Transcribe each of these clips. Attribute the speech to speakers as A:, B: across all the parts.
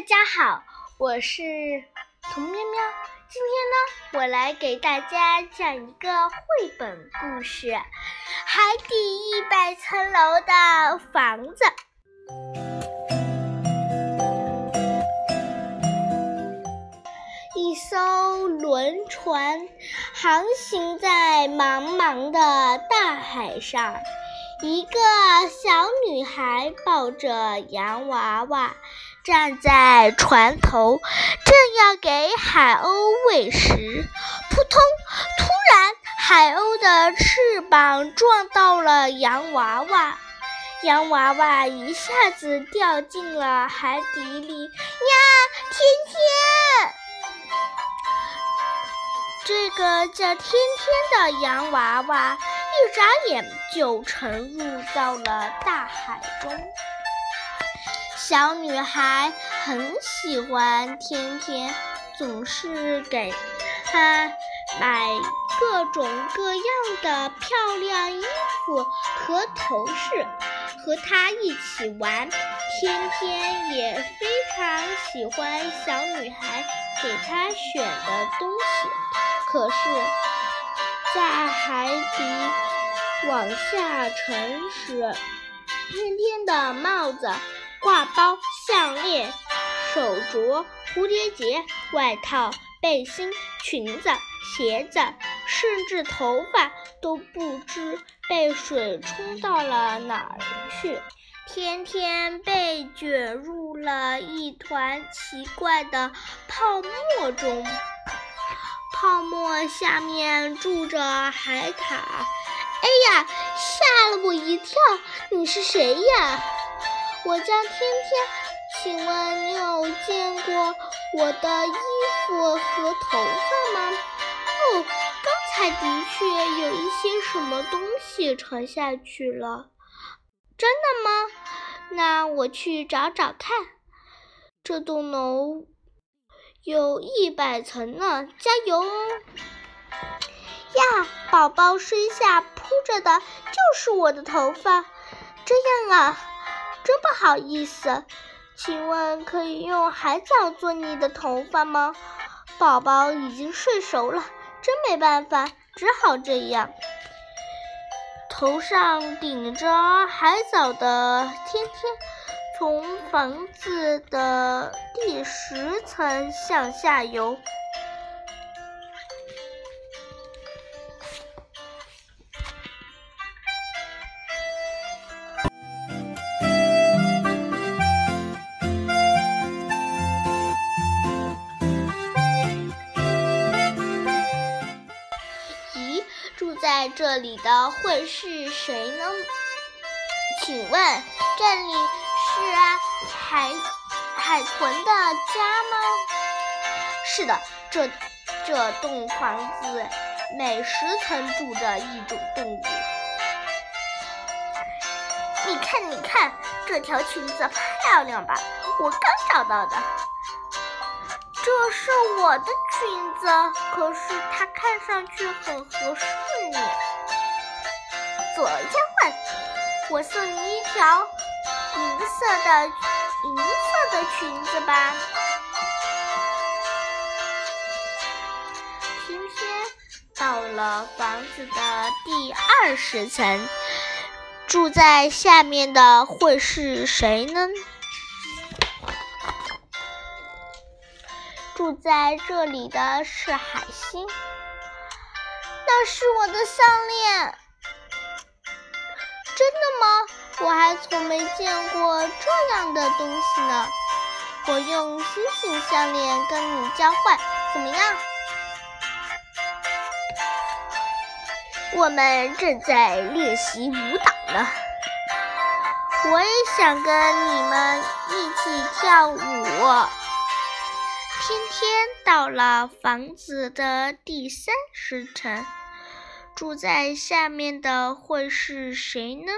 A: 家好，我是童喵喵。今天呢，我来给大家讲一个绘本故事《海底100层楼的房子》。一艘轮船航行在茫茫的大海上，一个小女孩抱着洋娃娃站在船头，正要给海鸥喂食。扑通！突然，海鸥的翅膀撞到了洋娃娃，洋娃娃一下子掉进了海底里。呀，天天！这个叫天天的洋娃娃一眨眼就沉入到了大海中。小女孩很喜欢天天，总是给她买各种各样的漂亮衣服和头饰，和她一起玩。天天也非常喜欢小女孩给她选的东西。可是，在海底往下沉时，天天的帽子、挂包、项链、手镯、蝴蝶结、外套、背心、裙子、鞋子，甚至头发都不知被水冲到了哪儿去。天天被卷入了一团奇怪的泡沫中，泡沫下面住着海獭。哎呀，吓了我一跳！你是谁呀？我叫天天，请问你有见过我的衣服和头发吗？哦，刚才的确有一些什么东西沉下去了。真的吗？那我去找找看。这栋楼有100层呢，加油哦！呀，宝宝身下铺着的就是我的头发。这样啊，真不好意思，请问可以用海藻做你的头发吗？宝宝已经睡熟了，真没办法，只好这样。头上顶着海藻的天天从房子的第10层向下游。咦，住在这里的会是谁呢？请问这里是海豚的家吗？是的，这栋房子每10层住着一种动物。你看，这条裙子漂亮吧？我刚找到的。这是我的裙子，可是它看上去很合适你。左右交换，我送你一条银色的裙子吧。天天到了房子的第20层，住在下面的会是谁呢？住在这里的是海星。那是我的项链。真的吗？我还从没见过这样的东西呢。我用星星项链跟你交换，怎么样？我们正在练习舞蹈呢。我也想跟你们一起跳舞。天天到了房子的第30层，住在下面的会是谁呢？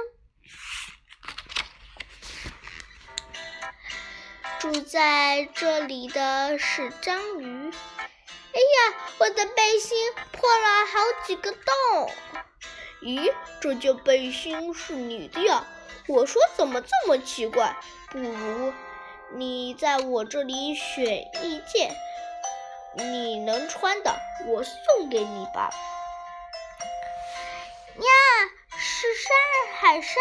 A: 住在这里的是章鱼。哎呀，我的背心破了好几个洞。咦，这件背心是你的呀？我说怎么这么奇怪？不如你在我这里选一件你能穿的，我送给你吧。呀，是海扇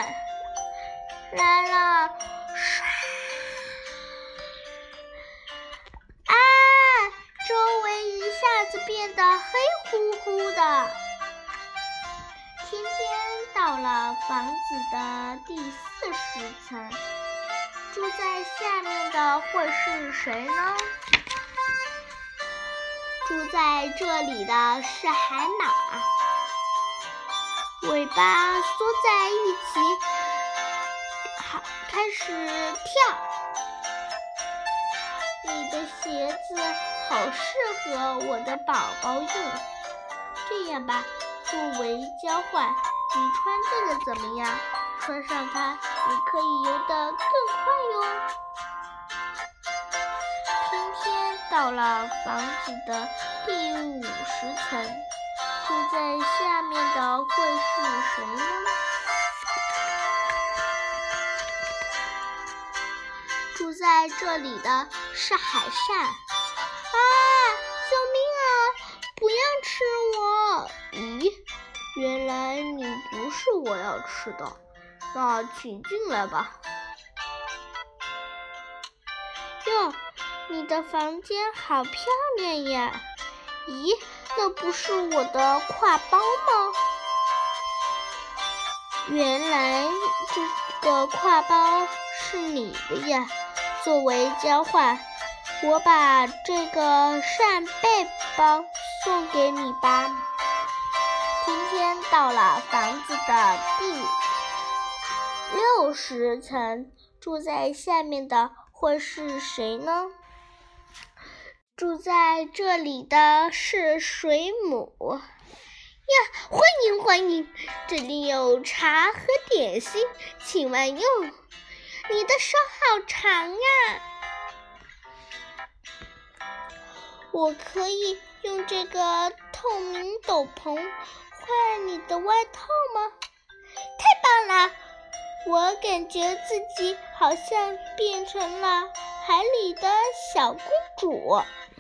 A: 来了，唰！啊，周围一下子变得黑乎乎的。天天到了房子的第40层，住在下面的会是谁呢？住在这里的是海马，尾巴缩在一起，开始跳。你的鞋子好适合我的宝宝用，这样吧，作为交换，你穿这个怎么样？穿上它，你可以游得更快哟。天天到了房子的第50层，住在下面的会是谁呢？住在这里的是海扇。啊！救命啊！不要吃我！咦，原来你不是我要吃的，那请进来吧。哟，你的房间好漂亮呀！咦，那不是我的挎包吗？原来这个挎包是你的呀。作为交换，我把这个扇贝包送给你吧。天天到了房子的第60层，住在下面的会是谁呢？住在这里的是水母。呀，欢迎欢迎，这里有茶和点心，请慢用。你的手好长啊！我可以用这个透明斗篷换你的外套吗？太棒了！我感觉自己好像变成了海里的小公主。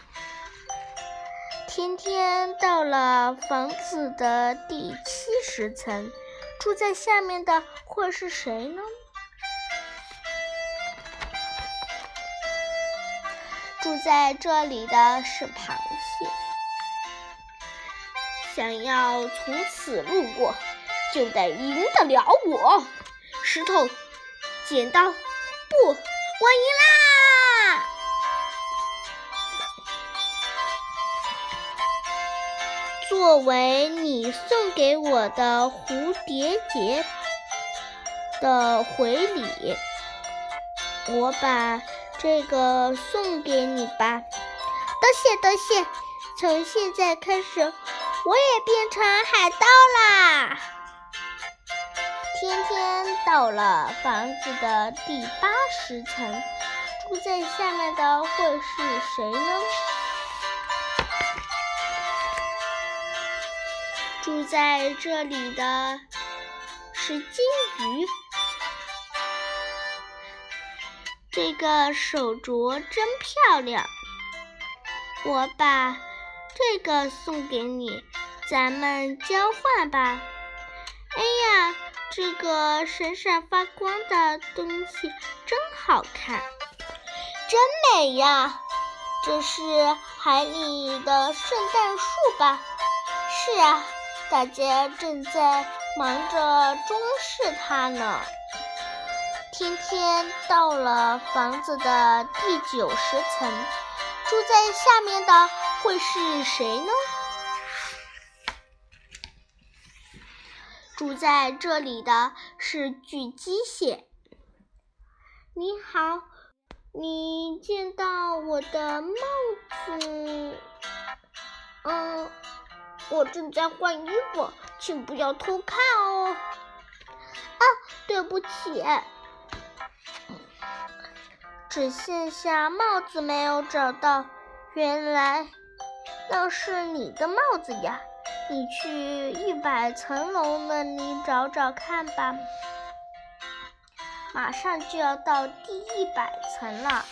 A: 天天到了房子的第70层，住在下面的会是谁呢？住在这里的是螃蟹。想要从此路过，就得赢得了我。石头剪刀布，我赢啦！作为你送给我的蝴蝶结的回礼，我把这个送给你吧。多谢多谢，从现在开始我也变成海盗啦。天天到了房子的第80层，住在下面的会是谁呢？住在这里的是金鱼。这个手镯真漂亮，我把这个送给你，咱们交换吧。哎呀，这个闪闪发光的东西真好看，真美呀！这是海里的圣诞树吧？是啊，大家正在忙着装饰它呢。天天到了房子的第90层，住在下面的会是谁呢？住在这里的是巨机械。你好，你见到我的帽子？我正在换衣服，请不要偷看哦。啊，对不起。只剩下帽子没有找到，原来那是你的帽子呀！你去100层楼那里找找看吧。 马上就要到第100层了。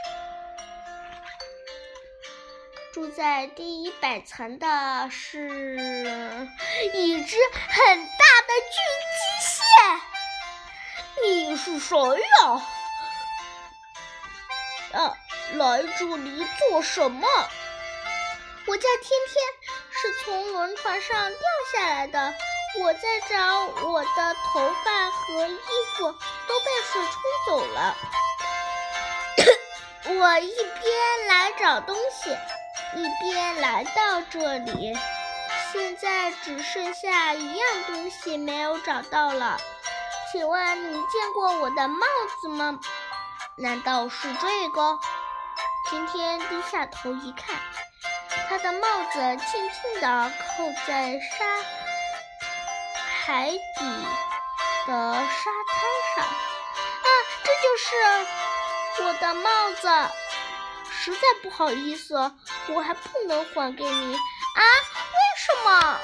A: 住在第100层的是一只很大的巨机械。你是谁呀？来这里做什么？我叫天天，是从轮船上掉下来的。我在找我的头发和衣服，都被水冲走了。我一边来找东西，一边来到这里，现在只剩下一样东西没有找到了。请问你见过我的帽子吗？难道是这个？天天低下头一看，他的帽子静静地扣在海底的沙滩上。这就是我的帽子，实在不好意思，我还不能还给你。为什么？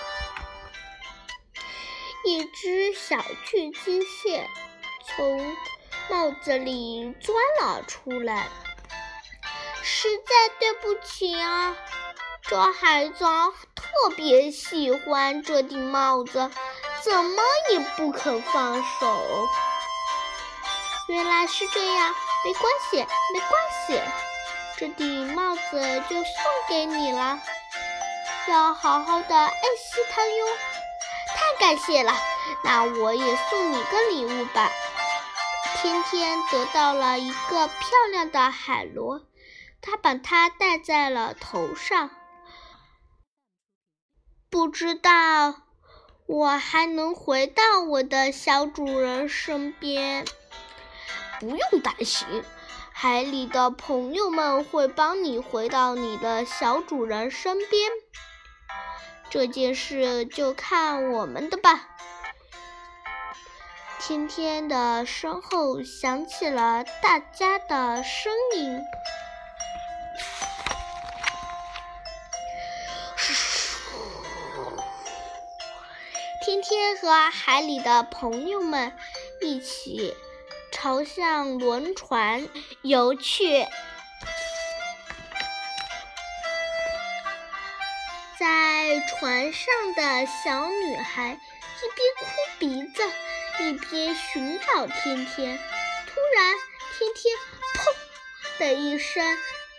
A: 一只小巨机械从帽子里钻了出来。实在对不起啊，这孩子特别喜欢这顶帽子，怎么也不肯放手。原来是这样，没关系，这顶帽子就送给你了，要好好的爱惜它哟。太感谢了，那我也送你个礼物吧。天天得到了一个漂亮的海螺，他把它戴在了头上。不知道我还能回到我的小主人身边。不用担心，海里的朋友们会帮你回到你的小主人身边。这件事就看我们的吧。天天的身后响起了大家的声音。天天和海里的朋友们一起朝向轮船游去。在船上的小女孩一边哭鼻子，一边寻找天天。突然，天天砰的一声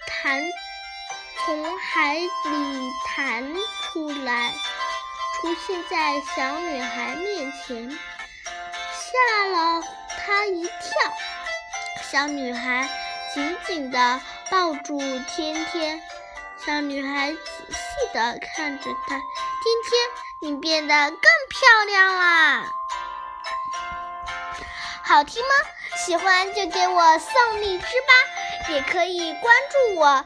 A: 从海里弹出来，出现在小女孩面前，吓了她一跳。小女孩紧紧地抱住天天，小女孩仔细地看着她。天天，你变得更漂亮啦！好听吗？喜欢就给我送荔枝吧，也可以关注我。